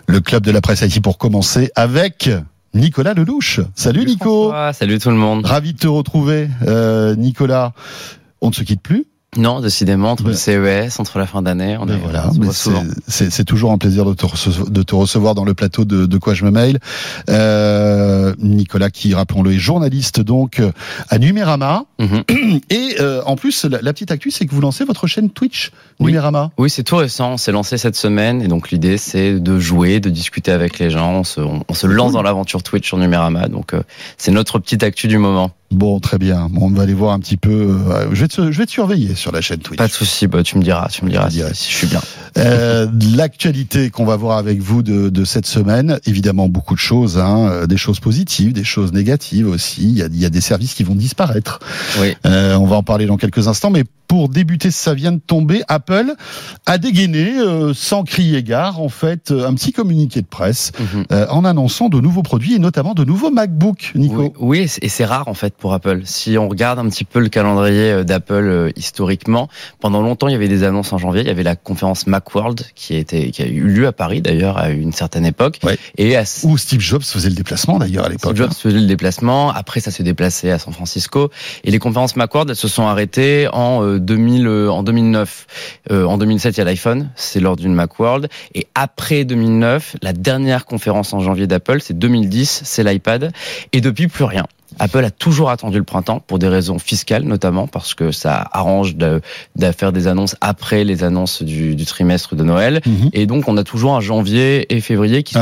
Le club de la presse IT pour commencer avec Nicolas Lelouch. Salut Nico. François, salut tout le monde. Ravi de te retrouver, Nicolas. On ne se quitte plus? Non, décidément, entre le CES, entre la fin d'année, on se voit souvent. C'est toujours un plaisir de te recevoir dans le plateau de Quoi je me mail. Nicolas, qui, rappelons-le, est journaliste donc à Numérama. Mm-hmm. Et en plus, la petite actu, c'est que vous lancez votre chaîne Twitch Numérama. Oui, c'est tout récent. On s'est lancé cette semaine, et donc l'idée, c'est de jouer, de discuter avec les gens. On se lance dans l'aventure Twitch sur Numérama. Donc, c'est notre petite actu du moment. Bon, très bien. Bon, on va aller voir un petit peu. Je vais te surveiller sur la chaîne Twitch. Pas de souci. Tu me diras si je suis bien. L'actualité qu'on va voir avec vous de cette semaine, évidemment beaucoup de choses, des choses positives, des choses négatives aussi. Il y a des services qui vont disparaître. Oui. On va en parler dans quelques instants, mais pour débuter, ça vient de tomber. Apple a dégainé, sans crier gare, en fait, un petit communiqué de presse en annonçant de nouveaux produits et notamment de nouveaux MacBook, Nico. Oui, et c'est rare en fait pour Apple. Si on regarde un petit peu le calendrier d'Apple historiquement, pendant longtemps il y avait des annonces en janvier. Il y avait la conférence Macworld qui a eu lieu à Paris d'ailleurs à une certaine époque. Ouais. Où Steve Jobs faisait le déplacement d'ailleurs à l'époque. Steve Jobs faisait le déplacement. Après ça s'est déplacé à San Francisco. Et les conférences Macworld, elles se sont arrêtées en 2009. En 2007, il y a l'iPhone, c'est lors d'une Macworld. Et après 2009, la dernière conférence en janvier d'Apple, c'est 2010, c'est l'iPad. Et depuis, plus rien. Apple a toujours attendu le printemps pour des raisons fiscales notamment, parce que ça arrange de faire des annonces après les annonces du trimestre de Noël. Et donc on a toujours un janvier et février qui sont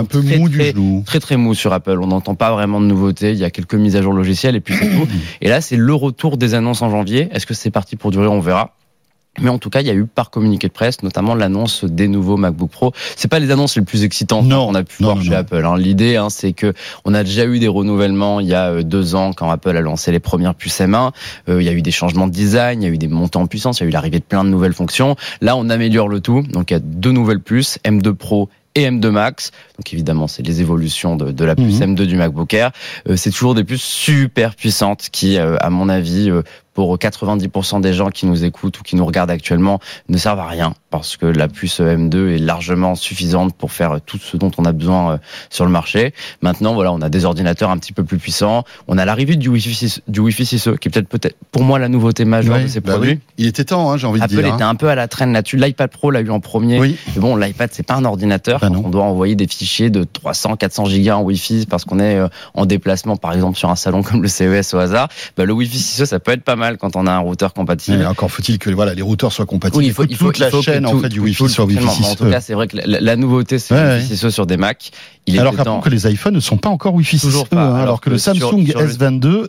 très mou sur Apple. On n'entend pas vraiment de nouveautés, il y a quelques mises à jour logicielles et puis c'est tout. Et là c'est le retour des annonces en janvier. Est-ce que c'est parti pour durer? On verra. Mais en tout cas, il y a eu par communiqué de presse, notamment l'annonce des nouveaux MacBook Pro. C'est pas les annonces les plus excitantes qu'on a pu voir chez Apple. L'idée, c'est que on a déjà eu des renouvellements il y a 2 ans quand Apple a lancé les premières puces M1. Il y a eu des changements de design, il y a eu des montées en puissance, il y a eu l'arrivée de plein de nouvelles fonctions. Là, on améliore le tout. Donc, il y a 2 nouvelles puces, M2 Pro et M2 Max. Donc évidemment, c'est les évolutions de la puce M2 du MacBook Air. C'est toujours des puces super puissantes qui, à mon avis, pour 90% des gens qui nous écoutent ou qui nous regardent actuellement, ne servent à rien parce que la puce M2 est largement suffisante pour faire tout ce dont on a besoin sur le marché. Maintenant, voilà, on a des ordinateurs un petit peu plus puissants. On a l'arrivée du Wi-Fi 6E, qui est peut-être pour moi la nouveauté majeure de ces produits. Oui. Il était temps, j'ai envie de dire. Apple était un peu à la traîne là-dessus. L'iPad Pro l'a eu en premier. Oui. Mais bon, l'iPad, c'est pas un ordinateur. On doit envoyer des fichiers de 300, 400 gigas en Wi-Fi parce qu'on est en déplacement, par exemple, sur un salon comme le CES au hasard. Le Wi-Fi 6E, ça peut être pas mal quand on a un routeur compatible. Mais encore faut-il que les routeurs soient compatibles. Oui, il faut toute la chaîne en fait du Wi-Fi sur Wi-Fi 6E. En tout cas, c'est vrai que la nouveauté, c'est le Wi-Fi 6E sur des Mac. Alors qu'après que les iPhones ne sont pas encore Wi-Fi 6E, alors que le Samsung S22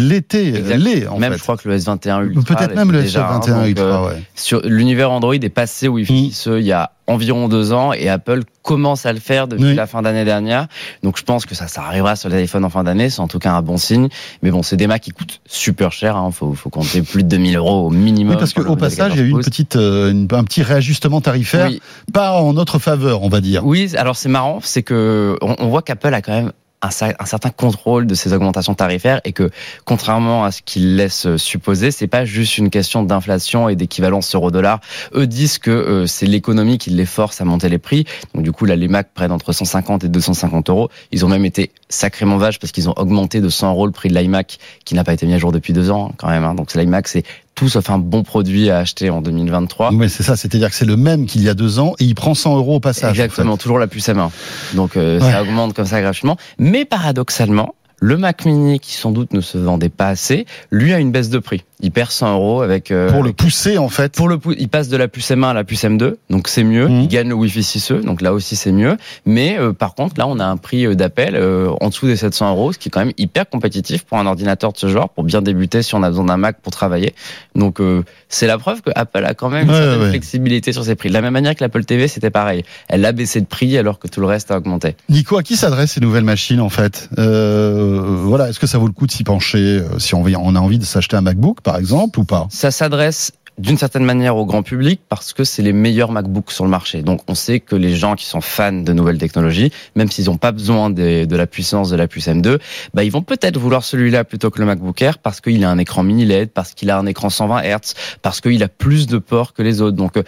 l'est en fait. Je crois que le S21 Ultra. Peut-être même le S21 Ultra. Sur l'univers Android est passé au Wi-Fi 6E il y a environ 2 ans et Apple commence à le faire depuis la fin d'année dernière. Donc je pense que ça arrivera sur les iPhones en fin d'année, c'est en tout cas un bon signe. Mais bon, c'est des Macs qui coûtent super cher, faut compter plus de 2000 € au minimum. Oui, parce qu'au passage, il y a eu un petit réajustement tarifaire, pas en notre faveur, on va dire. Oui, alors c'est marrant, c'est que on voit qu'Apple a quand même un certain contrôle de ces augmentations tarifaires et que, contrairement à ce qu'ils laissent supposer, c'est pas juste une question d'inflation et d'équivalence euro-dollar. Eux disent que c'est l'économie qui les force à monter les prix. Donc du coup, là, les Macs prennent entre 150 et 250 €. Ils ont même été sacrément vaches parce qu'ils ont augmenté de 100 € le prix de l'iMac qui n'a pas été mis à jour depuis 2 ans quand même. Donc l'iMac, c'est tout sauf un bon produit à acheter en 2023. Oui, c'est ça, c'est-à-dire que c'est le même qu'il y a 2 ans et il prend 100 € au passage. Exactement, en fait. Toujours la puce M1. Donc ça augmente comme ça gratuitement. Mais paradoxalement, le Mac Mini, qui sans doute ne se vendait pas assez, lui a une baisse de prix. Il perd 100 € avec... pour le pousser, en fait. Il passe de la puce M1 à la puce M2, donc c'est mieux. Il gagne le Wi-Fi 6E, donc là aussi c'est mieux. Mais par contre, là, on a un prix d'appel en dessous des 700 €, ce qui est quand même hyper compétitif pour un ordinateur de ce genre, pour bien débuter si on a besoin d'un Mac pour travailler. Donc c'est la preuve que Apple a quand même une certaine flexibilité sur ses prix. De la même manière que l'Apple TV, c'était pareil. Elle a baissé de prix alors que tout le reste a augmenté. Nico, à qui s'adressent ces nouvelles machines, en fait voilà, est-ce que ça vaut le coup de s'y pencher si on a envie de s'acheter un MacBook, par exemple, ou pas? Ça s'adresse d'une certaine manière au grand public parce que c'est les meilleurs MacBooks sur le marché. Donc on sait que les gens qui sont fans de nouvelles technologies, même s'ils n'ont pas besoin de la puissance de la puce M2, ils vont peut-être vouloir celui-là plutôt que le MacBook Air parce qu'il a un écran mini LED, parce qu'il a un écran 120 Hz, parce qu'il a plus de ports que les autres. Donc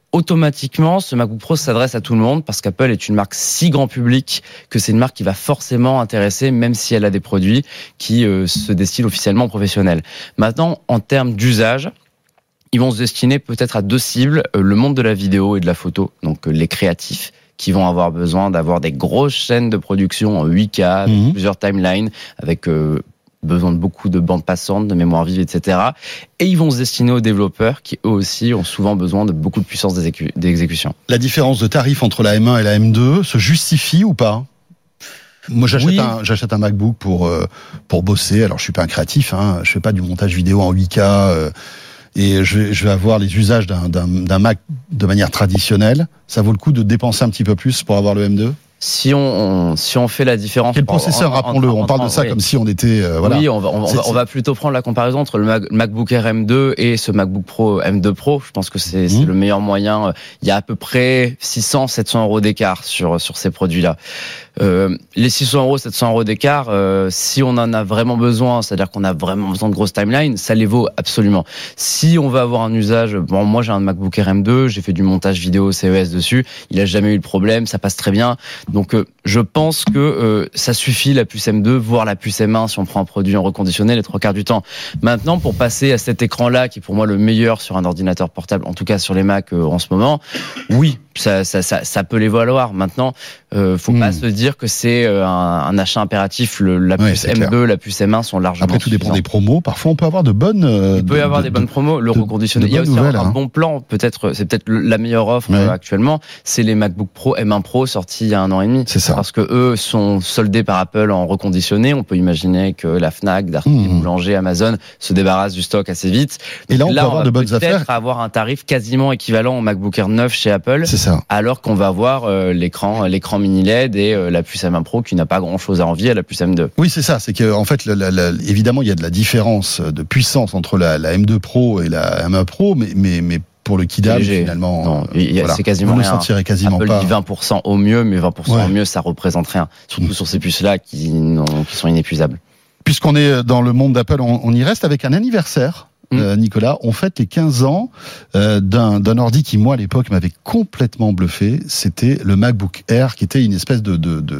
automatiquement, ce MacBook Pro s'adresse à tout le monde parce qu'Apple est une marque si grand public que c'est une marque qui va forcément intéresser, même si elle a des produits qui se destinent officiellement aux professionnels. Maintenant, en termes d'usage, ils vont se destiner peut-être à 2 cibles, le monde de la vidéo et de la photo, donc les créatifs, qui vont avoir besoin d'avoir des grosses chaînes de production en 8K, avec plusieurs timelines, avec besoin de beaucoup de bandes passantes, de mémoire vive, etc. Et ils vont se destiner aux développeurs qui, eux aussi, ont souvent besoin de beaucoup de puissance d'exécution. La différence de tarif entre la M1 et la M2 se justifie ou pas ? Moi, j'achète un MacBook pour bosser. Alors, je suis pas un créatif, hein. Je fais pas du montage vidéo en 8K. Et je vais avoir les usages d'un Mac de manière traditionnelle. Ça vaut le coup de dépenser un petit peu plus pour avoir le M2 ? Si on fait la différence. Quel processeur, rappelons-le, on parle de ça comme si on était, voilà. Oui, on va plutôt prendre la comparaison entre le MacBook Air M2 et ce MacBook Pro M2 Pro. Je pense que c'est le meilleur moyen. Il y a à peu près 600-700 euros d'écart sur ces produits-là. Les 600 euros, 700 euros d'écart, si on en a vraiment besoin, c'est-à-dire qu'on a vraiment besoin de grosses timelines, ça les vaut absolument. Si on va avoir un usage, bon, moi j'ai un MacBook Air M2, j'ai fait du montage vidéo CES dessus, il a jamais eu de problème, ça passe très bien. Donc je pense que ça suffit la puce M2, voire la puce M1 si on prend un produit en reconditionné les 3 quarts du temps. Maintenant, pour passer à cet écran-là, qui est pour moi le meilleur sur un ordinateur portable, en tout cas sur les Mac en ce moment, oui, ça peut les valoir. Maintenant, faut pas se dire que c'est un achat impératif. La puce M2, clair. La puce M1 sont largement Après, tout dépend des promos. Parfois, on peut avoir de bonnes. Il peut y avoir des bonnes promos. Le reconditionné. Il y a aussi un bon plan. C'est peut-être la meilleure offre actuellement. C'est les MacBook Pro M1 Pro sortis il y a 1 an et demi. C'est ça. Parce que eux sont soldés par Apple en reconditionné. On peut imaginer que la Fnac, Darty, Boulanger, Amazon se débarrassent du stock assez vite. Et là, on peut avoir de bonnes affaires. Peut-être avoir un tarif quasiment équivalent au MacBook Air 9 chez Apple. C'est ça. Alors qu'on va avoir l'écran mini LED et la puce M1 Pro qui n'a pas grand-chose à envier à la puce M2. Oui, c'est ça. C'est que en fait, évidemment, il y a de la différence de puissance entre la M2 Pro et la M1 Pro, mais pour le kidam, finalement, non, c'est quasiment vous ne rien. le sentirez quasiment Apple pas. Dit 20% au mieux, mais 20% au mieux, ça représente rien. Surtout sur ces puces-là qui sont inépuisables. Puisqu'on est dans le monde d'Apple, on y reste avec un anniversaire. Nicolas, on fête les 15 ans d'un ordi qui, moi, à l'époque, m'avait complètement bluffé. C'était le MacBook Air, qui était une espèce de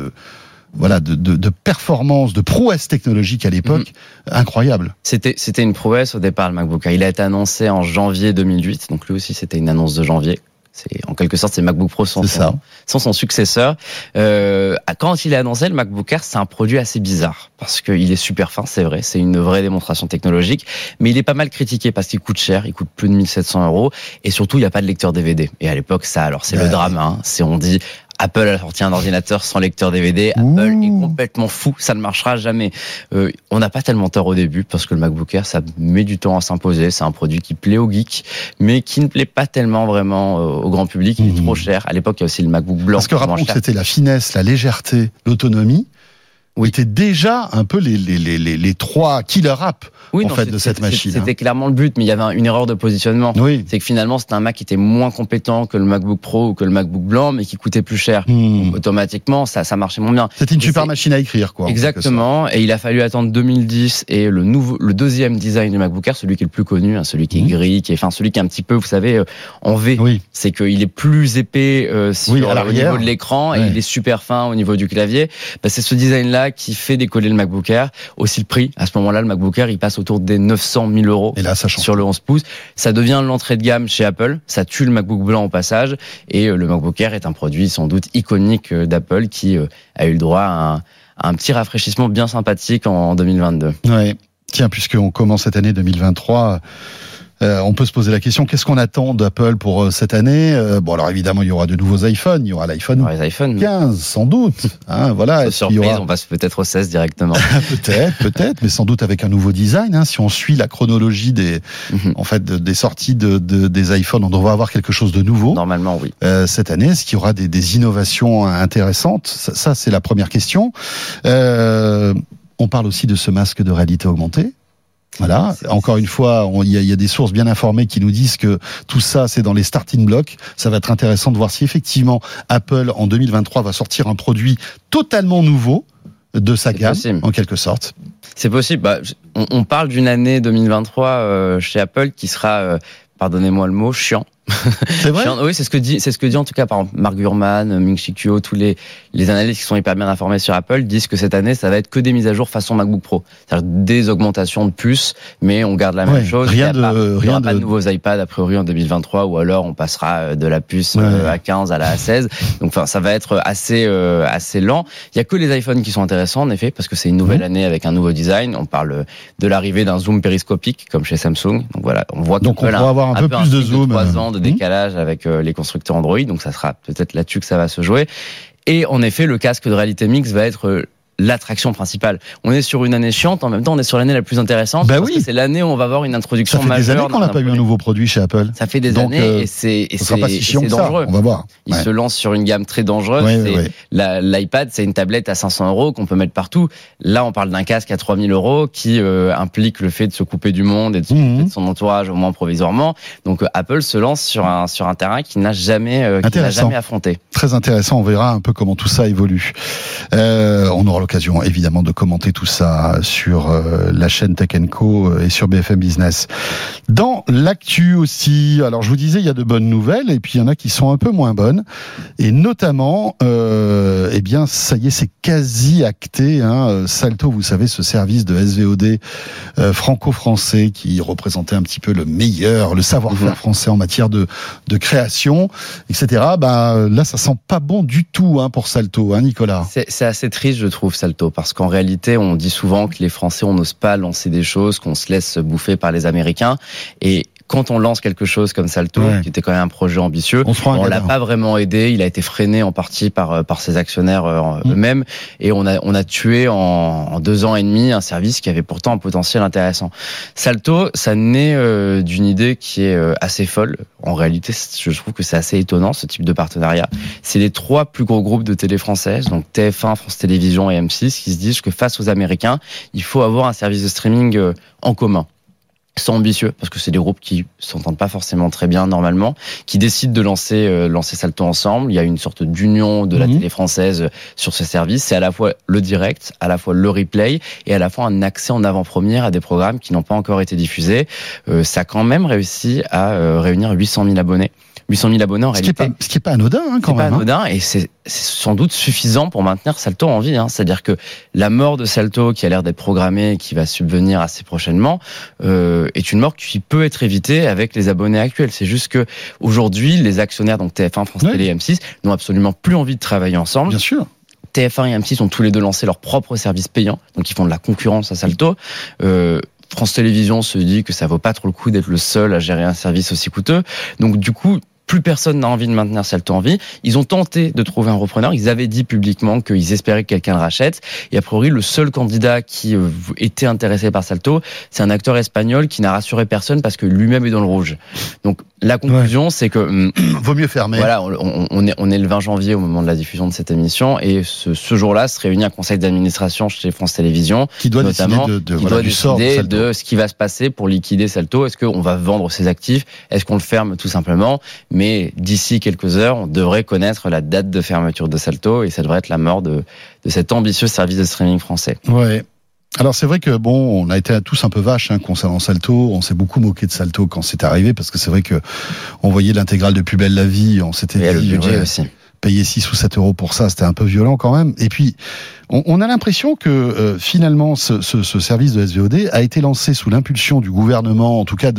performance, de prouesse technologique à l'époque, incroyable. C'était une prouesse au départ, le MacBook Air. Il a été annoncé en janvier 2008, donc lui aussi, c'était une annonce de janvier. En quelque sorte, c'est MacBook Pro sans son successeur. Quand il est annoncé, le MacBook Air, c'est un produit assez bizarre parce qu'il est super fin, c'est vrai, c'est une vraie démonstration technologique, mais il est pas mal critiqué parce qu'il coûte cher, il coûte plus de 1700 euros et surtout, il n'y a pas de lecteur DVD. Et à l'époque, c'est le drame. Hein. On dit Apple a sorti un ordinateur sans lecteur DVD. Apple est complètement fou, ça ne marchera jamais. On n'a pas tellement tort au début parce que le MacBook Air, ça met du temps à s'imposer. C'est un produit qui plaît aux geeks, mais qui ne plaît pas tellement vraiment au grand public. Il est trop cher. À l'époque, il y a aussi le MacBook blanc. Parce que rappelons que c'était la finesse, la légèreté, l'autonomie. Étaient déjà un peu les 3 killer apps de cette machine. C'était clairement le but, mais il y avait une erreur de positionnement. C'est que finalement, c'était un Mac qui était moins compétent que le MacBook Pro ou que le MacBook blanc, mais qui coûtait plus cher. Donc, automatiquement, ça marchait moins bien. C'était une super machine à écrire, quoi. Exactement. Et il a fallu attendre 2010 et le deuxième design du MacBook Air, celui qui est le plus connu, celui qui est gris, celui qui est un petit peu, vous savez, en V. C'est qu'il est plus épais au niveau de l'écran et il est super fin au niveau du clavier. C'est ce design-là qui fait décoller le MacBook Air. Aussi le prix. À ce moment-là, le MacBook Air, il passe autour des 900 000 euros sur le 11 pouces. Ça devient l'entrée de gamme chez Apple. Ça tue le MacBook blanc au passage. Et le MacBook Air est un produit sans doute iconique d'Apple qui a eu le droit à un petit rafraîchissement bien sympathique en 2022. Ouais. Tiens, puisqu'on commence cette année 2023... on peut se poser la question, qu'est-ce qu'on attend d'Apple pour cette année ? Alors évidemment, il y aura de nouveaux iPhones, il y aura l'iPhone 15, sans doute. Voilà. Surprise, on passe peut-être au 16 directement. peut-être, mais sans doute avec un nouveau design. Si on suit la chronologie des sorties des iPhones, on devrait avoir quelque chose de nouveau. Normalement, oui. Cette année, est-ce qu'il y aura des innovations intéressantes ? Ça, c'est la première question. On parle aussi de ce masque de réalité augmentée. Voilà. Encore une fois, il y a des sources bien informées qui nous disent que tout ça, c'est dans les starting blocks. Ça va être intéressant de voir si effectivement Apple en 2023 va sortir un produit totalement nouveau de sa gamme, en quelque sorte. C'est possible. On parle d'une année 2023 chez Apple qui sera, pardonnez-moi le mot, chiant. C'est vrai? Oui, c'est ce que dit en tout cas par exemple Mark Gurman, Ming-Chi Kuo, tous les analystes qui sont hyper bien informés sur Apple disent que cette année ça va être que des mises à jour façon MacBook Pro, c'est-à-dire des augmentations de puces, mais on garde la même chose. Il n'y aura pas de nouveaux iPads a priori en 2023, ou alors on passera de la puce à 15 à la A16. Donc enfin ça va être assez lent. Il y a que les iPhones qui sont intéressants en effet parce que c'est une nouvelle année avec un nouveau design. On parle de l'arrivée d'un zoom périscopique comme chez Samsung. Donc voilà, on voit donc on pourra avoir un peu plus de zoom. 3 ans de décalage avec les constructeurs Android, donc ça sera peut-être là-dessus que ça va se jouer. Et en effet, le casque de réalité mixte va être l'attraction principale. On est sur une année chiante, en même temps on est sur l'année la plus intéressante, parce que c'est l'année où on va avoir une introduction majeure. Ça fait des années qu'on n'a pas eu un nouveau produit chez Apple. Ça fait des années et c'est dangereux. On va voir. Ils se lancent sur une gamme très dangereuse. L'iPad, c'est une tablette à 500 € qu'on peut mettre partout. Là, on parle d'un casque à 3000 € qui implique le fait de se couper du monde et de se couper de son entourage, au moins provisoirement. Donc Apple se lance sur un terrain qu'il n'a jamais affronté. Très intéressant. On verra un peu comment tout ça évolue. On aura l'occasion évidemment de commenter tout ça sur la chaîne Tech & Co et sur BFM Business. Dans l'actu aussi, alors je vous disais il y a de bonnes nouvelles et puis il y en a qui sont un peu moins bonnes, et notamment eh bien ça y est, c'est quasi acté, Salto, vous savez, ce service de SVOD franco-français qui représentait un petit peu le meilleur, le savoir-faire français en matière de création, etc. Là ça sent pas bon du tout pour Salto, Nicolas. C'est assez triste, je trouve, Salto, parce qu'en réalité, on dit souvent que les Français, on n'ose pas lancer des choses, qu'on se laisse bouffer par les Américains. Et quand on lance quelque chose comme Salto, qui était quand même un projet ambitieux, on l'a pas vraiment aidé. Il a été freiné en partie par ses actionnaires eux-mêmes, et on a tué en 2 ans et demi un service qui avait pourtant un potentiel intéressant. Salto, ça naît d'une idée qui est assez folle. En réalité, je trouve que c'est assez étonnant, ce type de partenariat. C'est les 3 plus gros groupes de télé françaises, donc TF1, France Télévisions et M6, qui se disent que face aux Américains, il faut avoir un service de streaming en commun. C'est ambitieux parce que c'est des groupes qui s'entendent pas forcément très bien normalement, qui décident de lancer Salto ensemble. Il y a une sorte d'union de la télé française sur ce service. C'est à la fois le direct, à la fois le replay et à la fois un accès en avant-première à des programmes qui n'ont pas encore été diffusés. Ça a quand même réussi à réunir 800 000 abonnés. 800 000 abonnés en réalité. Ce qui est pas anodin, quand même. C'est pas anodin, et c'est sans doute suffisant pour maintenir Salto en vie. C'est-à-dire que la mort de Salto, qui a l'air d'être programmée et qui va subvenir assez prochainement, est une mort qui peut être évitée avec les abonnés actuels. C'est juste que aujourd'hui, les actionnaires, donc TF1, France Télé et M6, n'ont absolument plus envie de travailler ensemble. Bien sûr. TF1 et M6 ont tous les deux lancé leur propre service payant, donc ils font de la concurrence à Salto. France Télévisions se dit que ça vaut pas trop le coup d'être le seul à gérer un service aussi coûteux. Donc du coup, plus personne n'a envie de maintenir Salto en vie. Ils ont tenté de trouver un repreneur. Ils avaient dit publiquement qu'ils espéraient que quelqu'un le rachète. Et a priori, le seul candidat qui était intéressé par Salto, c'est un acteur espagnol qui n'a rassuré personne parce que lui-même est dans le rouge. Donc, la conclusion, c'est que vaut mieux fermer. Voilà, on est le 20 janvier au moment de la diffusion de cette émission, et ce jour-là se réunit un conseil d'administration chez France Télévisions qui doit notamment décider de ce qui va se passer pour liquider Salto. Est-ce qu'on va vendre ses actifs? Est-ce qu'on le ferme tout simplement? Mais d'ici quelques heures, on devrait connaître la date de fermeture de Salto, et ça devrait être la mort de cet ambitieux service de streaming français. Ouais. Alors c'est vrai que on a été tous un peu vaches concernant Salto. On s'est beaucoup moqué de Salto quand c'est arrivé, parce que c'est vrai que on voyait l'intégrale de Plus belle la vie. On s'était dit, le budget aussi. Payer 6 ou 7 € pour ça, c'était un peu violent quand même. Et puis, on a l'impression que finalement, ce service de SVOD a été lancé sous l'impulsion du gouvernement, en tout cas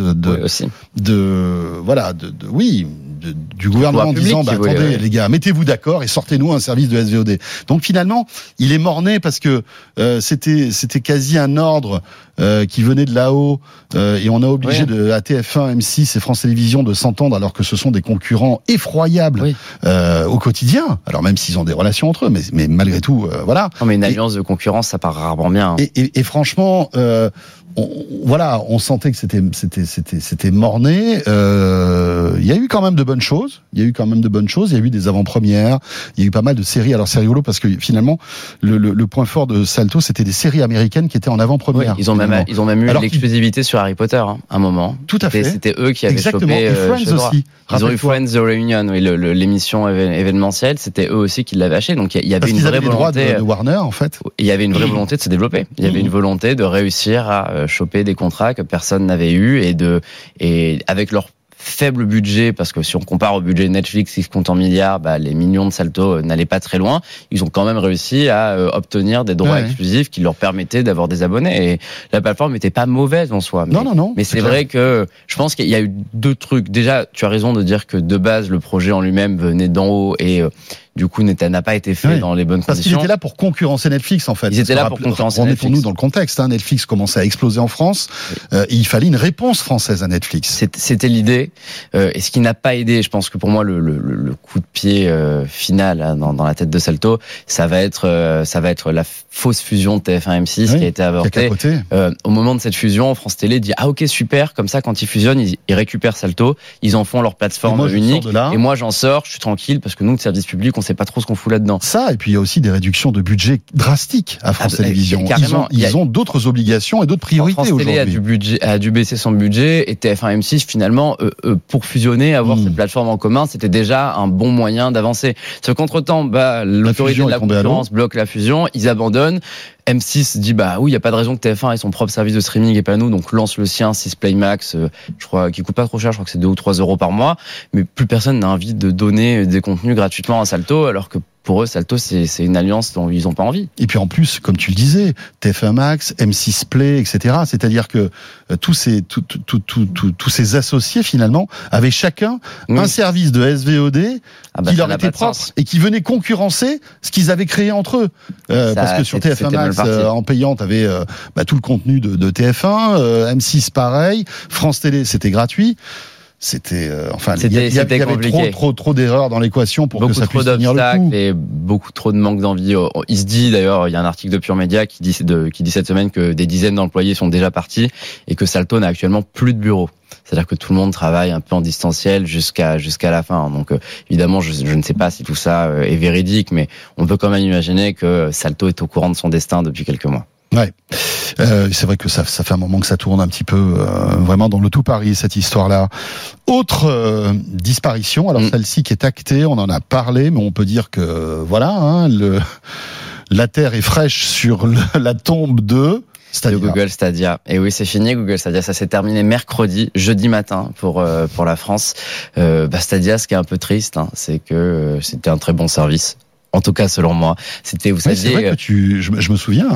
du gouvernement, en disant attendez les gars, mettez-vous d'accord et sortez-nous un service de SVOD. Donc finalement, il est mort-né parce que c'était quasi un ordre qui venait de là-haut, et on a obligé à TF1, M6 et France Télévisions de s'entendre, alors que ce sont des concurrents effroyables au quotidien. Alors même s'ils ont des relations entre eux, mais malgré tout, voilà. Non, mais une alliance de concurrence, ça part rarement bien. Et franchement, on sentait que c'était mort-né. Il y a eu quand même de bonnes choses. Il y a eu des avant-premières. Il y a eu pas mal de séries. Alors c'est rigolo parce que finalement, le point fort de Salto, c'était des séries américaines qui étaient en avant-première. Ils ont même eu l'exclusivité sur Harry Potter, un moment. Tout à fait. C'était eux qui avaient chopé. Et Friends aussi. Ils ont eu Friends The Reunion, l'émission événementielle, c'était eux aussi qui l'avaient acheté. Donc il y avait une vraie volonté de Warner, en fait. Il y avait une vraie volonté de se développer. Il y avait une volonté de réussir à choper des contrats que personne n'avait eu, et avec leur faible budget, parce que si on compare au budget de Netflix qui se compte en milliards, les millions de Salto n'allaient pas très loin. Ils ont quand même réussi à obtenir des droits exclusifs qui leur permettaient d'avoir des abonnés. Et la plateforme n'était pas mauvaise en soi. Non. Mais c'est vrai que je pense qu'il y a eu deux trucs. Déjà, tu as raison de dire que de base, le projet en lui-même venait d'en haut et du coup n'a pas été fait dans les bonnes conditions. Parce qu'ils étaient là pour concurrencer Netflix en fait. Ils étaient là pour concurrencer Netflix. Remettons-nous dans le contexte. Netflix commençait à exploser en France. Et il fallait une réponse française à Netflix. C'était l'idée. Et ce qui n'a pas aidé, je pense que pour moi le coup de pied final dans la tête de Salto, ça va être la fausse fusion de TF1 M6 qui a été avortée. Au moment de cette fusion, France Télé dit ok super, comme ça quand ils fusionnent, ils récupèrent Salto, ils en font leur plateforme unique. Et moi j'en sors, je suis tranquille parce que nous de service public on sait pas trop ce qu'on fout là-dedans. Ça, et puis il y a aussi des réductions de budget drastiques à France Télévisions. Ils ont d'autres obligations et d'autres priorités aujourd'hui. France Télé a dû baisser son budget et TF1 M6 finalement pour fusionner, avoir cette plateforme en commun, c'était déjà un bon moyen d'avancer. Ce qu'entre-temps, l'autorité de la concurrence bloque la fusion, ils abandonnent. M6 dit oui, il y a pas de raison que TF1 ait son propre service de streaming et pas nous, donc lance le sien 6 Play Max, je crois qui coûte pas trop cher, je crois que c'est 2 ou 3 euros par mois, mais plus personne n'a envie de donner des contenus gratuitement à Salto, alors que pour eux, Salto, c'est une alliance dont ils n'ont pas envie. Et puis en plus, comme tu le disais, TF1 Max, M6 Play, etc. C'est-à-dire que tous ces associés finalement avaient chacun un service de SVOD qui leur était propre et qui venait concurrencer ce qu'ils avaient créé entre eux. Parce que sur TF1 Max, en payant, t'avais tout le contenu de TF1, M6 pareil, France Télé, c'était gratuit. C'était il y avait trop d'erreurs dans l'équation pour que ça puisse tenir le coup. Et beaucoup trop de manque d'envie. Il se dit d'ailleurs, il y a un article de Pure Média qui dit cette semaine que des dizaines d'employés sont déjà partis et que Salto n'a actuellement plus de bureau. C'est-à-dire que tout le monde travaille un peu en distanciel jusqu'à la fin. Donc évidemment, je ne sais pas si tout ça est véridique, mais on peut quand même imaginer que Salto est au courant de son destin depuis quelques mois. Ouais, c'est vrai que ça fait un moment que ça tourne un petit peu vraiment dans le tout Paris cette histoire-là. Autre disparition, alors celle-ci qui est actée, on en a parlé, mais on peut dire que voilà, la terre est fraîche sur la tombe de Stadia. Google Stadia. Et oui, c'est fini Google Stadia. Ça s'est terminé mercredi, jeudi matin pour la France. Stadia, ce qui est un peu triste, c'est que c'était un très bon service. En tout cas, selon moi, c'était, vous saviez. C'est vrai que je me souviens,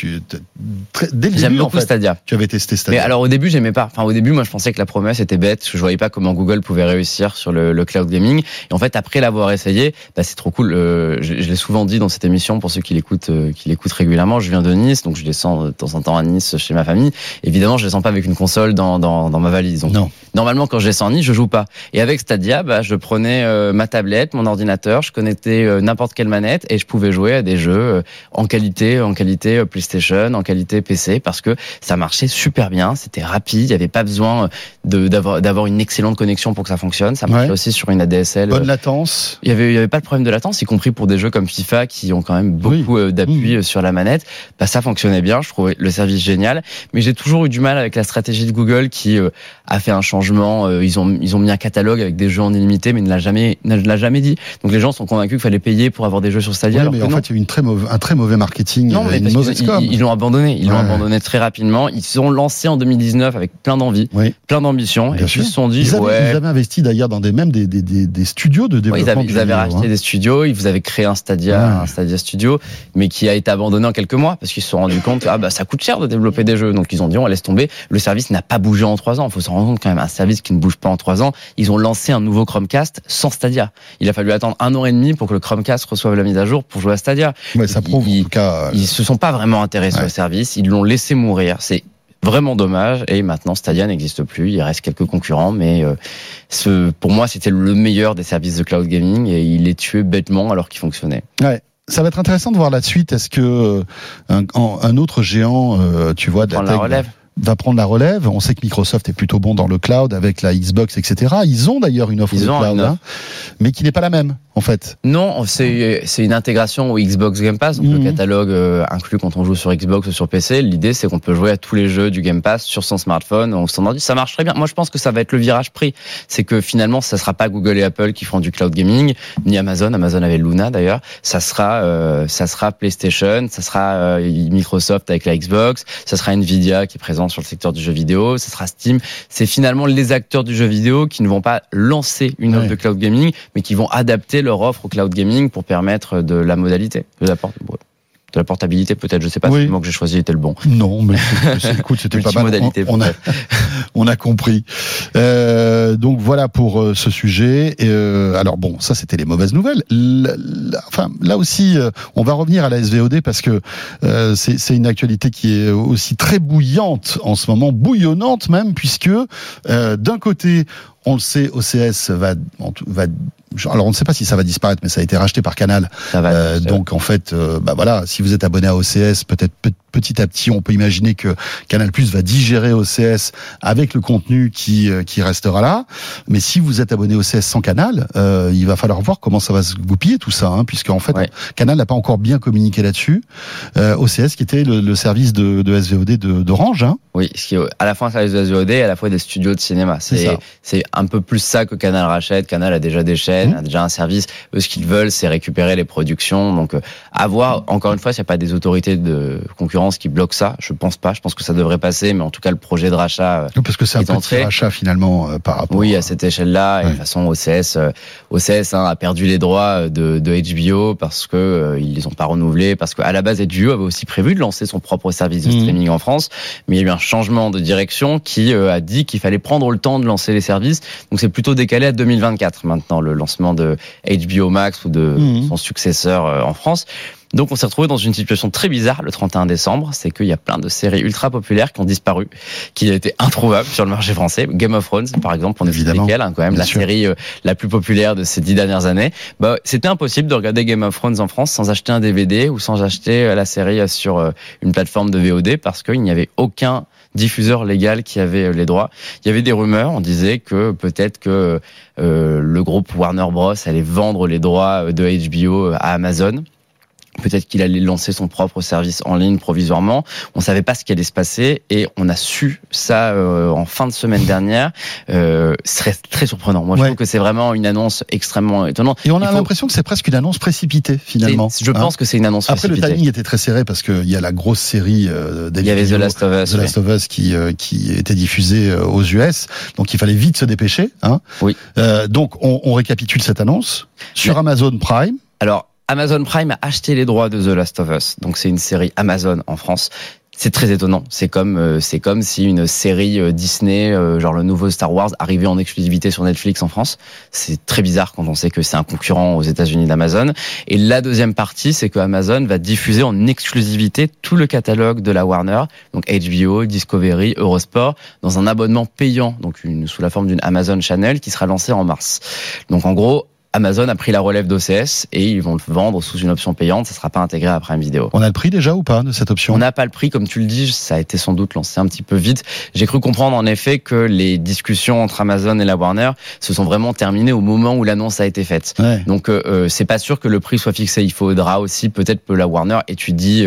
dès le début, en fait, Stadia. Tu avais testé Stadia. Mais alors, au début, j'aimais pas. Au début, moi, je pensais que la promesse était bête, parce que je voyais pas comment Google pouvait réussir sur le cloud gaming. Et en fait, après l'avoir essayé, c'est trop cool. Je l'ai souvent dit dans cette émission, pour ceux qui l'écoutent régulièrement. Je viens de Nice, donc je descends de temps en temps à Nice chez ma famille. Évidemment, je descends pas avec une console dans ma valise. Donc, non. Normalement, quand je descends à Nice, je joue pas. Et avec Stadia, je prenais ma tablette, mon ordinateur, je connectais n'importe quelle manette et je pouvais jouer à des jeux en qualité PlayStation, en qualité PC, parce que ça marchait super bien, c'était rapide, il n'y avait pas besoin d'avoir une excellente connexion pour que ça fonctionne. Ça marchait aussi sur une ADSL. Bonne latence. Il y avait pas de problème de latence, y compris pour des jeux comme FIFA qui ont quand même beaucoup d'appui sur la manette. Ça fonctionnait bien, je trouvais le service génial, mais j'ai toujours eu du mal avec la stratégie de Google qui a fait un changement. Ils ont mis un catalogue avec des jeux en illimité, mais ne l'a jamais dit. Donc les gens sont convaincus qu'il fallait payer pour avoir des jeux sur Stadia. Mais en fait, il y a eu un très mauvais marketing. Non, mais une mauvaise com. Ils l'ont abandonné. Ils l'ont abandonné très rapidement. Ils se sont lancés en 2019 avec plein d'envie, plein d'ambition. Et puis ils se sont dit, ils avaient investi d'ailleurs dans des studios de développement. Ils avaient racheté des studios. Ils vous avaient créé un Stadia Studio, mais qui a été abandonné en quelques mois parce qu'ils se sont rendus compte, ça coûte cher de développer des jeux. Donc ils ont dit, on laisse tomber. Le service n'a pas bougé en 3 ans. Il faut s'en rendre compte quand même. Un service qui ne bouge pas en 3 ans. Ils ont lancé un nouveau Chromecast sans Stadia. Il a fallu attendre 1 an et demi pour que le Chromecast reçoive la mise à jour pour jouer à Stadia. Ça prouve en tout cas. Ils se sont pas vraiment intéressés au service. Ils l'ont laissé mourir. C'est vraiment dommage. Et maintenant, Stadia n'existe plus. Il reste quelques concurrents, mais pour moi, c'était le meilleur des services de cloud gaming et il est tué bêtement alors qu'il fonctionnait. Ouais. Ça va être intéressant de voir la suite. Est-ce que un autre géant, tu vois, va prendre la relève. On sait que Microsoft est plutôt bon dans le cloud avec la Xbox, etc. Ils ont d'ailleurs une offre de cloud, mais qui n'est pas la même. en fait. Non, c'est une intégration au Xbox Game Pass, donc le catalogue inclus quand on joue sur Xbox ou sur PC. L'idée, c'est qu'on peut jouer à tous les jeux du Game Pass sur son smartphone. On s'en dit, ça marche très bien. Moi, je pense que ça va être le virage pris. C'est que finalement, ça sera pas Google et Apple qui feront du cloud gaming, ni Amazon. Amazon avait Luna d'ailleurs. Ça sera PlayStation, ça sera Microsoft avec la Xbox, ça sera Nvidia qui est présent sur le secteur du jeu vidéo, ça sera Steam. C'est finalement les acteurs du jeu vidéo qui ne vont pas lancer une offre de cloud gaming, mais qui vont adapter leur offre au cloud gaming pour permettre de la modalité, de la portabilité peut-être, je sais pas si le mot que j'ai choisi était le bon. Non, mais écoute, c'était pas mal. On a compris. Donc voilà pour ce sujet. Alors bon, ça c'était les mauvaises nouvelles. Là aussi, on va revenir à la SVOD parce que c'est une actualité qui est aussi très bouillante en ce moment, bouillonnante même, puisque d'un côté, on le sait, OCS va alors on ne sait pas si ça va disparaître, mais ça a été racheté par Canal. Donc en fait, voilà, si vous êtes abonné à OCS, peut-être petit à petit, on peut imaginer que Canal+ va digérer OCS avec le contenu qui restera là. Mais si vous êtes abonné OCS sans Canal, il va falloir voir comment ça va se goupiller tout ça, puisque en fait, Canal n'a pas encore bien communiqué là-dessus. OCS qui était le service de SVOD d'Orange. Oui, ce qui est à la fois un service de SVOD et à la fois des studios de cinéma. C'est un peu plus ça que Canal rachète. Canal a déjà des chaînes, a déjà un service. Eux, ce qu'ils veulent, c'est récupérer les productions. Donc, à voir, encore une fois, s'il n'y a pas des autorités de concurrence qui bloquent ça. Je pense pas. Je pense que ça devrait passer, mais en tout cas, le projet de rachat parce que c'est un petit rachat finalement par rapport. Oui, à cette échelle-là. Et de toute façon, OCS a perdu les droits de HBO parce que ils les ont pas renouvelés, parce qu'à la base, HBO avait aussi prévu de lancer son propre service de streaming en France, mais il y a eu un changement de direction qui a dit qu'il fallait prendre le temps de lancer les services. Donc c'est plutôt décalé à 2024 maintenant, le lancement de HBO Max ou de son successeur en France. Donc on s'est retrouvé dans une situation très bizarre le 31 décembre, c'est qu'il y a plein de séries ultra populaires qui ont disparu, qui étaient introuvables sur le marché français. Game of Thrones par exemple, on est lesquels, quand même, la série la plus populaire de ces 10 dernières années. C'était impossible de regarder Game of Thrones en France sans acheter un DVD ou sans acheter la série sur une plateforme de VOD parce qu'il n'y avait aucun diffuseur légal qui avait les droits. Il y avait des rumeurs, on disait que peut-être que le groupe Warner Bros allait vendre les droits de HBO à Amazon. Peut-être qu'il allait lancer son propre service en ligne provisoirement. On savait pas ce qui allait se passer et on a su ça en fin de semaine dernière. Ce serait très surprenant. Moi, je trouve que c'est vraiment une annonce extrêmement étonnante. Et on a l'impression que c'est presque une annonce précipitée finalement. Je pense que c'est une annonce précipitée. Après, le timing était très serré parce qu'il y a la grosse série il y avait The Last of Us, qui était diffusée aux US. Donc il fallait vite se dépêcher. Donc on récapitule cette annonce sur Amazon Prime. Alors, Amazon Prime a acheté les droits de The Last of Us. Donc c'est une série Amazon en France. C'est très étonnant. C'est comme si une série Disney, genre le nouveau Star Wars, arrivait en exclusivité sur Netflix en France. C'est très bizarre quand on sait que c'est un concurrent aux États-Unis d'Amazon. Et la deuxième partie, c'est que Amazon va diffuser en exclusivité tout le catalogue de la Warner, donc HBO, Discovery, Eurosport, dans un abonnement payant, donc sous la forme d'une Amazon Channel qui sera lancée en mars. Donc en gros, Amazon a pris la relève d'OCS et ils vont le vendre sous une option payante. Ça sera pas intégré à Prime Video. On a le prix déjà ou pas de cette option ? On n'a pas le prix, comme tu le dis. Ça a été sans doute lancé un petit peu vite. J'ai cru comprendre en effet que les discussions entre Amazon et la Warner se sont vraiment terminées au moment où l'annonce a été faite. Donc c'est pas sûr que le prix soit fixé. Il faudra aussi peut-être que la Warner étudie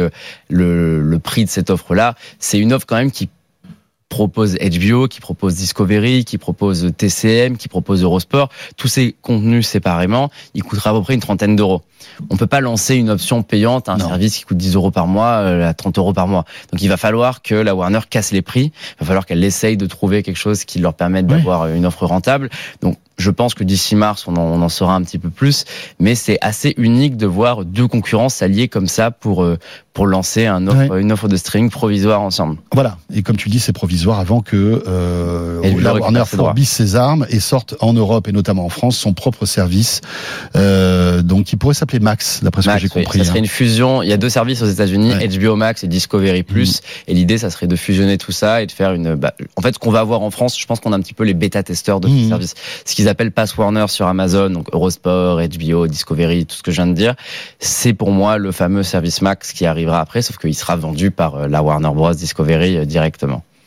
le prix de cette offre-là. C'est une offre quand même qui propose HBO, qui propose Discovery, qui propose TCM, qui propose Eurosport. Tous ces contenus séparément, il coûtera à peu près une trentaine d'euros. On peut pas lancer une option payante à un service qui coûte 10 euros par mois à 30 euros par mois. Donc il va falloir que la Warner casse les prix. Il va falloir qu'elle essaye de trouver quelque chose qui leur permette d'avoir une offre rentable. Donc je pense que d'ici mars, on en saura un petit peu plus. Mais c'est assez unique de voir deux concurrents s'allier comme ça pour lancer une offre de streaming provisoire ensemble. Voilà. Et comme tu le dis, c'est provisoire avant que la Warner fourbisse ses armes et sorte en Europe et notamment en France son propre service. Donc il pourrait s'appeler Max, d'après ce que j'ai compris. Ça serait une fusion. Il y a deux services aux États-Unis, HBO Max et Discovery Plus. Et l'idée, ça serait de fusionner tout ça et de faire en fait, ce qu'on va avoir en France, je pense qu'on a un petit peu les bêta-testeurs de ce service. Ce qu'ils appellent Pass Warner sur Amazon, donc Eurosport, HBO, Discovery, tout ce que je viens de dire, c'est pour moi le fameux service Max qui arrivera après, sauf qu'il sera vendu par la Warner Bros. Discovery directement.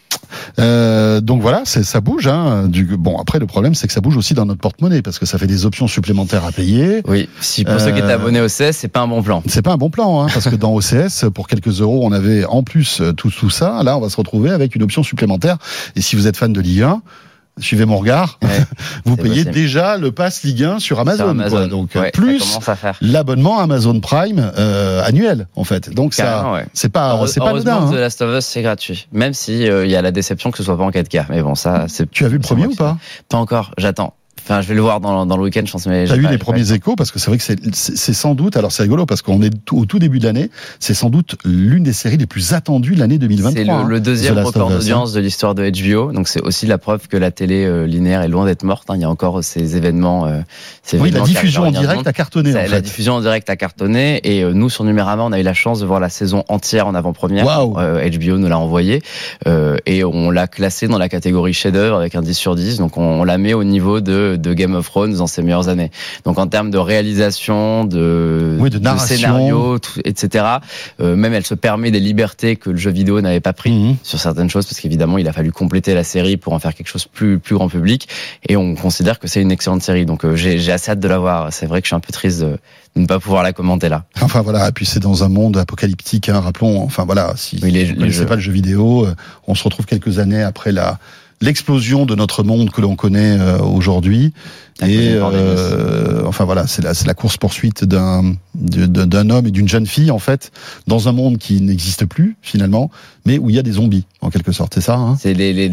Donc voilà, ça bouge. Bon, après, le problème, c'est que ça bouge aussi dans notre porte-monnaie, parce que ça fait des options supplémentaires à payer. Oui, si pour ceux qui étaient abonnés au OCS, c'est pas un bon plan. C'est pas un bon plan, parce que dans OCS, pour quelques euros, on avait en plus tout ça. Là, on va se retrouver avec une option supplémentaire. Et si vous êtes fan de Ligue 1, suivez mon regard, vous payez déjà le pass Ligue 1 sur Amazon. Quoi. Donc plus l'abonnement Amazon Prime annuel, en fait. Donc ça, c'est pas anodin. The Last of Us, c'est gratuit, même si il y a la déception que ce soit pas en 4K. Mais bon, ça, c'est. Tu as vu le premier ou pas? Pas encore. J'attends. Enfin, je vais le voir dans le week-end, je pense. T'as eu les premiers échos, parce que c'est vrai que c'est sans doute, alors c'est rigolo parce qu'on est au tout début de l'année, c'est sans doute l'une des séries les plus attendues de l'année 2023. C'est le deuxième record d'audience de l'histoire de HBO, donc c'est aussi la preuve que la télé linéaire est loin d'être morte. Il y a encore ces événements. Oui, la diffusion en direct a cartonné. La diffusion en direct a cartonné, et nous sur Numérama, on a eu la chance de voir la saison entière en avant-première. Wow. HBO nous l'a envoyé, et on l'a classé dans la catégorie chef-d'œuvre avec un 10 sur 10, donc on la met au niveau de Game of Thrones dans ses meilleures années. Donc en termes de réalisation, de scénario, etc. Même elle se permet des libertés que le jeu vidéo n'avait pas pris sur certaines choses, parce qu'évidemment il a fallu compléter la série pour en faire quelque chose plus grand public. Et on considère que c'est une excellente série. Donc j'ai assez hâte de la voir. C'est vrai que je suis un peu triste de ne pas pouvoir la commenter là. Enfin voilà, et puis c'est dans un monde apocalyptique, rappelons. Enfin voilà, si vous ne connaissez pas le jeu vidéo, on se retrouve quelques années après l'explosion de notre monde que l'on connaît aujourd'hui. Et enfin voilà, c'est la course poursuite d'un homme et d'une jeune fille, en fait, dans un monde qui n'existe plus finalement, mais où il y a des zombies en quelque sorte. C'est ça. C'est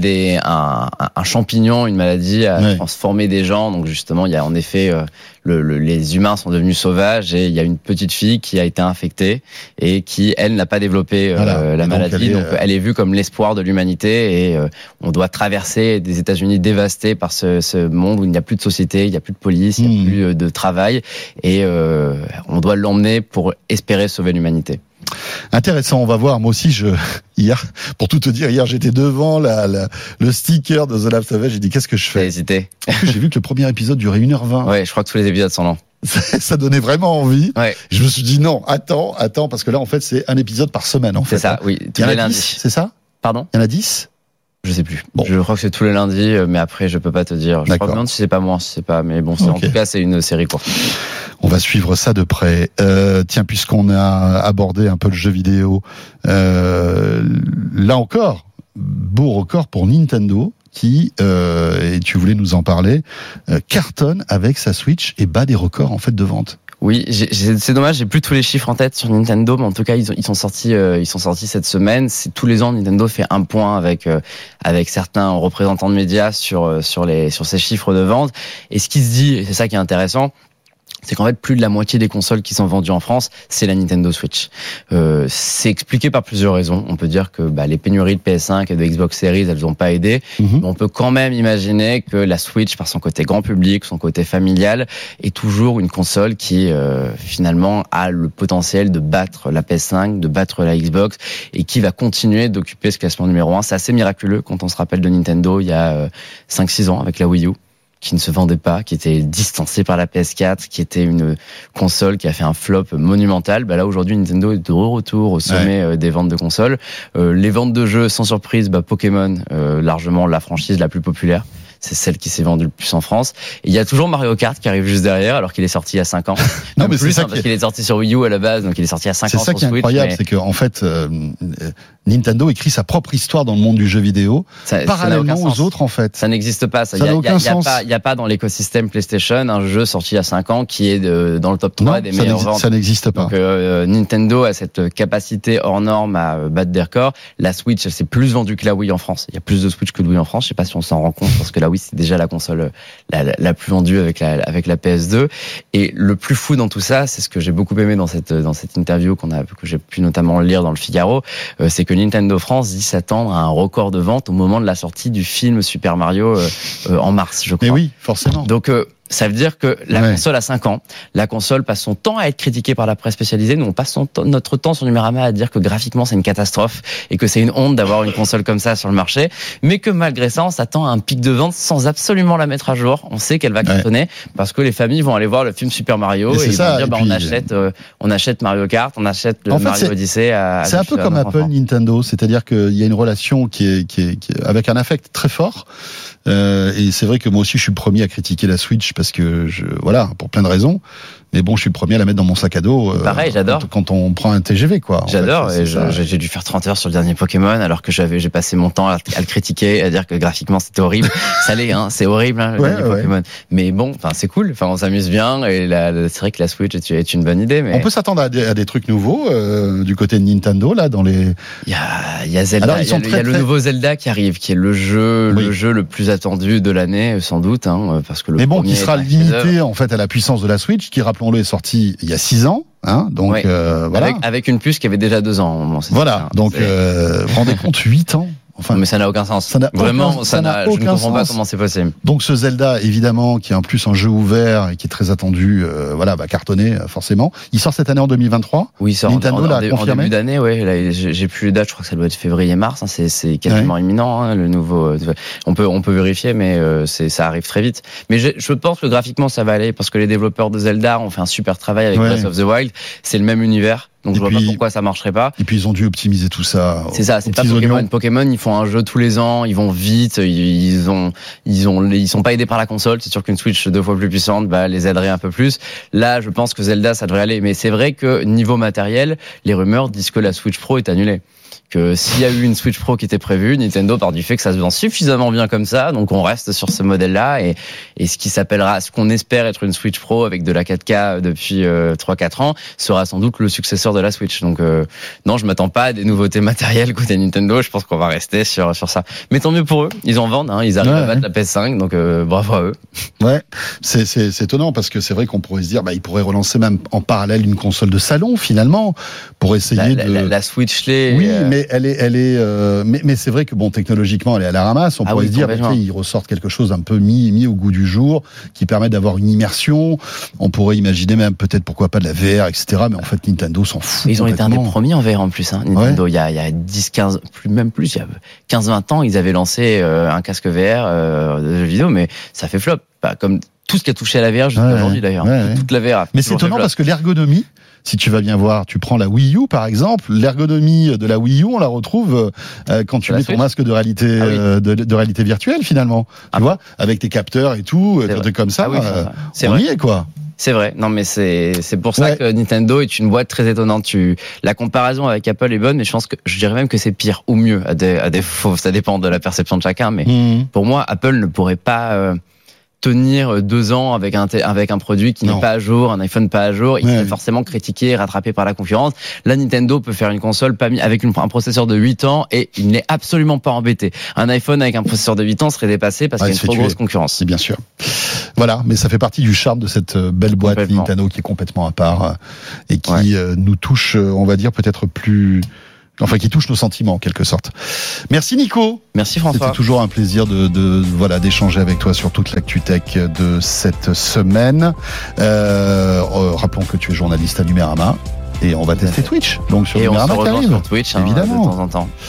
un champignon, une maladie a transformé des gens. Donc justement, il y a en effet les humains sont devenus sauvages, et il y a une petite fille qui a été infectée et qui, elle, n'a pas développé la maladie. Donc elle est vue comme l'espoir de l'humanité, et on doit traverser des États-Unis dévastés par ce monde où il n'y a plus de société, il n'y a plus de police, il n'y a plus de travail, et on doit l'emmener pour espérer sauver l'humanité. Intéressant, on va voir. Moi aussi, hier, pour tout te dire, hier j'étais devant le sticker de The Last of Us, j'ai dit qu'est-ce que je fais? T'as hésité. En plus, j'ai vu que le premier épisode durait 1h20. Ouais, je crois que tous les épisodes sont longs. Ça donnait vraiment envie. Ouais. Je me suis dit non, attends, parce que là en fait c'est un épisode par semaine en fait. C'est ça, oui. Tous les lundis. 10, c'est ça? Pardon? Il y en a 10? Je sais plus. Bon. Je crois que c'est tous les lundis, mais après je peux pas te dire. Je crois que si c'est pas moi, si c'est pas. Mais bon, en tout cas c'est une série courte. On va suivre ça de près. Tiens, puisqu'on a abordé un peu le jeu vidéo, là encore, beau record pour Nintendo qui, et tu voulais nous en parler, cartonne avec sa Switch et bat des records en fait de vente. Oui, c'est dommage, j'ai plus tous les chiffres en tête sur Nintendo, mais en tout cas ils sont sortis cette semaine. C'est tous les ans Nintendo fait un point avec certains représentants de médias sur ces chiffres de vente. Et ce qui se dit, et c'est ça qui est intéressant, c'est qu'en fait plus de la moitié des consoles qui sont vendues en France, c'est la Nintendo Switch. C'est expliqué par plusieurs raisons. On peut dire que les pénuries de PS5 et de Xbox Series, elles n'ont pas aidé. Mais on peut quand même imaginer que la Switch, par son côté grand public, son côté familial, est toujours une console qui finalement a le potentiel de battre la PS5, de battre la Xbox, et qui va continuer d'occuper ce classement numéro 1. C'est assez miraculeux quand on se rappelle de Nintendo il y a 5-6 ans avec la Wii U, qui ne se vendait pas, qui était distancée par la PS4, qui était une console qui a fait un flop monumental. Là, aujourd'hui, Nintendo est de retour au sommet des ventes de consoles. Les ventes de jeux, sans surprise, Pokémon, largement la franchise la plus populaire. C'est celle qui s'est vendue le plus en France. Et il y a toujours Mario Kart qui arrive juste derrière, alors qu'il est sorti il y a 5 ans. Non, mais plus, c'est ça parce qu'il est sorti sur Wii U à la base, donc il est sorti il y a 5 ans sur Switch. C'est ça qui est incroyable, c'est qu'en fait, Nintendo écrit sa propre histoire dans le monde du jeu vidéo, parallèlement aux autres, en fait. Ça n'existe pas, ça. Il n'y a pas dans l'écosystème PlayStation un jeu sorti il y a 5 ans qui est dans le top 3 des meilleures ventes. Ça n'existe pas. Donc, Nintendo a cette capacité hors norme à battre des records. La Switch, elle s'est plus vendue que la Wii en France. Il y a plus de Switch que de Wii en France. Je sais pas si on s'en rend compte, parce que la Wii, c'est déjà la console la plus vendue avec la PS2. Et le plus fou dans tout ça, c'est ce que j'ai beaucoup aimé dans cette interview que j'ai pu notamment lire dans le Figaro, c'est que Nintendo France dit s'attendre à un record de vente au moment de la sortie du film Super Mario en mars, je crois. Mais oui, forcément. Donc Ça veut dire que la console a 5 ans. La console passe son temps à être critiquée par la presse spécialisée. Nous, on passe notre temps sur Numérama à dire que graphiquement, c'est une catastrophe et que c'est une honte d'avoir une console comme ça sur le marché. Mais que malgré ça, on s'attend à un pic de vente sans absolument la mettre à jour. On sait qu'elle va cartonner parce que les familles vont aller voir le film Super Mario et ils vont dire, on achète Mario Kart, on achète le Mario Odyssey. C'est un peu comme Apple, Nintendo. C'est-à-dire qu'il y a une relation qui est avec un affect très fort. Et c'est vrai que moi aussi je suis le premier à critiquer la Switch parce que pour plein de raisons. Mais bon, je suis le premier à la mettre dans mon sac à dos. Pareil, j'adore. Quand on prend un TGV, quoi. J'adore. Et j'ai dû faire 30 heures sur le dernier Pokémon, alors que j'ai passé mon temps à le critiquer, à dire que graphiquement c'était horrible. Ça l'est, c'est horrible, le dernier Pokémon. Mais bon, c'est cool. On s'amuse bien. Et c'est vrai que la Switch est une bonne idée. Mais on peut s'attendre à des trucs nouveaux du côté de Nintendo là dans les. Il y a Zelda. Alors, il y a le nouveau Zelda qui arrive, qui est le jeu le plus attendu de l'année, sans doute, parce que mais bon, qui sera limité en fait à la puissance de la Switch, qui rappelons-le est sorti il y a 6 ans, donc voilà. Avec une puce qui avait déjà 2 ans. Voilà, donc vous vous rendez compte, 8 ans. Enfin, mais ça n'a aucun sens. Je ne comprends pas comment c'est possible. Donc ce Zelda, évidemment, qui est en plus un jeu ouvert et qui est très attendu, va cartonner forcément. Il sort cette année en 2023. Oui, il sort Nintendo l'a confirmé. En début d'année, Là, j'ai plus les dates. Je crois que ça doit être février-mars. C'est quasiment imminent. Le nouveau. On peut vérifier, mais ça arrive très vite. Mais je pense que graphiquement ça va aller parce que les développeurs de Zelda ont fait un super travail avec Breath of the Wild. C'est le même univers. Donc je vois pas pourquoi ça marcherait pas. Et puis ils ont dû optimiser tout ça. C'est ça, c'est pas Pokémon. Pokémon, ils font un jeu tous les ans, ils vont vite, ils sont pas aidés par la console. C'est sûr qu'une Switch 2 fois plus puissante, les aiderait un peu plus. Là, je pense que Zelda, ça devrait aller. Mais c'est vrai que niveau matériel, les rumeurs disent que la Switch Pro est annulée. Que s'il y a eu une Switch Pro qui était prévue, Nintendo part du fait que ça se vend suffisamment bien comme ça, donc on reste sur ce modèle-là et ce qu'on espère être une Switch Pro avec de la 4K depuis 3-4 ans sera sans doute le successeur de la Switch. Donc non, je m'attends pas à des nouveautés matérielles côté Nintendo, je pense qu'on va rester sur ça. Mais tant mieux pour eux, ils en vendent, ils arrivent à battre la PS5, donc bravo à eux. Ouais, c'est étonnant parce que c'est vrai qu'on pourrait se dire ils pourraient relancer même en parallèle une console de salon finalement pour essayer la Switch Oui, mais elle est mais c'est vrai que technologiquement elle est à la ramasse. On pourrait se dire ils ressortent quelque chose un peu mis au goût du jour qui permet d'avoir une immersion. On pourrait imaginer même peut-être pourquoi pas de la VR, etc. Mais en fait Nintendo s'en fout. Ils ont été un des premiers en VR en plus. Nintendo, il y a 10-15, il y a 15-20 ans, ils avaient lancé un casque VR de jeux vidéo, mais ça fait flop. Comme tout ce qui a touché à la VR jusqu'à aujourd'hui d'ailleurs. Toute la VR. Mais c'est étonnant parce que l'ergonomie, si tu vas bien voir, tu prends la Wii U par exemple, l'ergonomie de la Wii U, on la retrouve quand tu mets ton masque de réalité de réalité virtuelle finalement. Tu vois, avec tes capteurs et tout, des trucs comme ça. On y est quoi. C'est vrai. Non, mais c'est pour ça que Nintendo est une boîte très étonnante. La comparaison avec Apple est bonne, mais je dirais même que c'est pire ou mieux à défaut. Ça dépend de la perception de chacun, mais pour moi, Apple ne pourrait pas tenir 2 ans avec un produit qui n'est pas à jour, un iPhone pas à jour, il est forcément critiqué, rattrapé par la concurrence. Là, Nintendo peut faire une console avec un processeur de 8 ans et il n'est absolument pas embêté. Un iPhone avec un processeur de 8 ans serait dépassé parce qu'il y a une trop grosse concurrence. C'est bien sûr. Voilà, mais ça fait partie du charme de cette belle boîte Nintendo qui est complètement à part et qui nous touche, on va dire, peut-être plus... Enfin, qui touche nos sentiments en quelque sorte. Merci Nico. Merci François. C'était toujours un plaisir d'échanger avec toi sur toute l'actu tech de cette semaine. Rappelons que tu es journaliste à Numérama et on va tester Twitch. Donc sur Numérama qui arrive. Sur Twitch, évidemment, de temps en temps.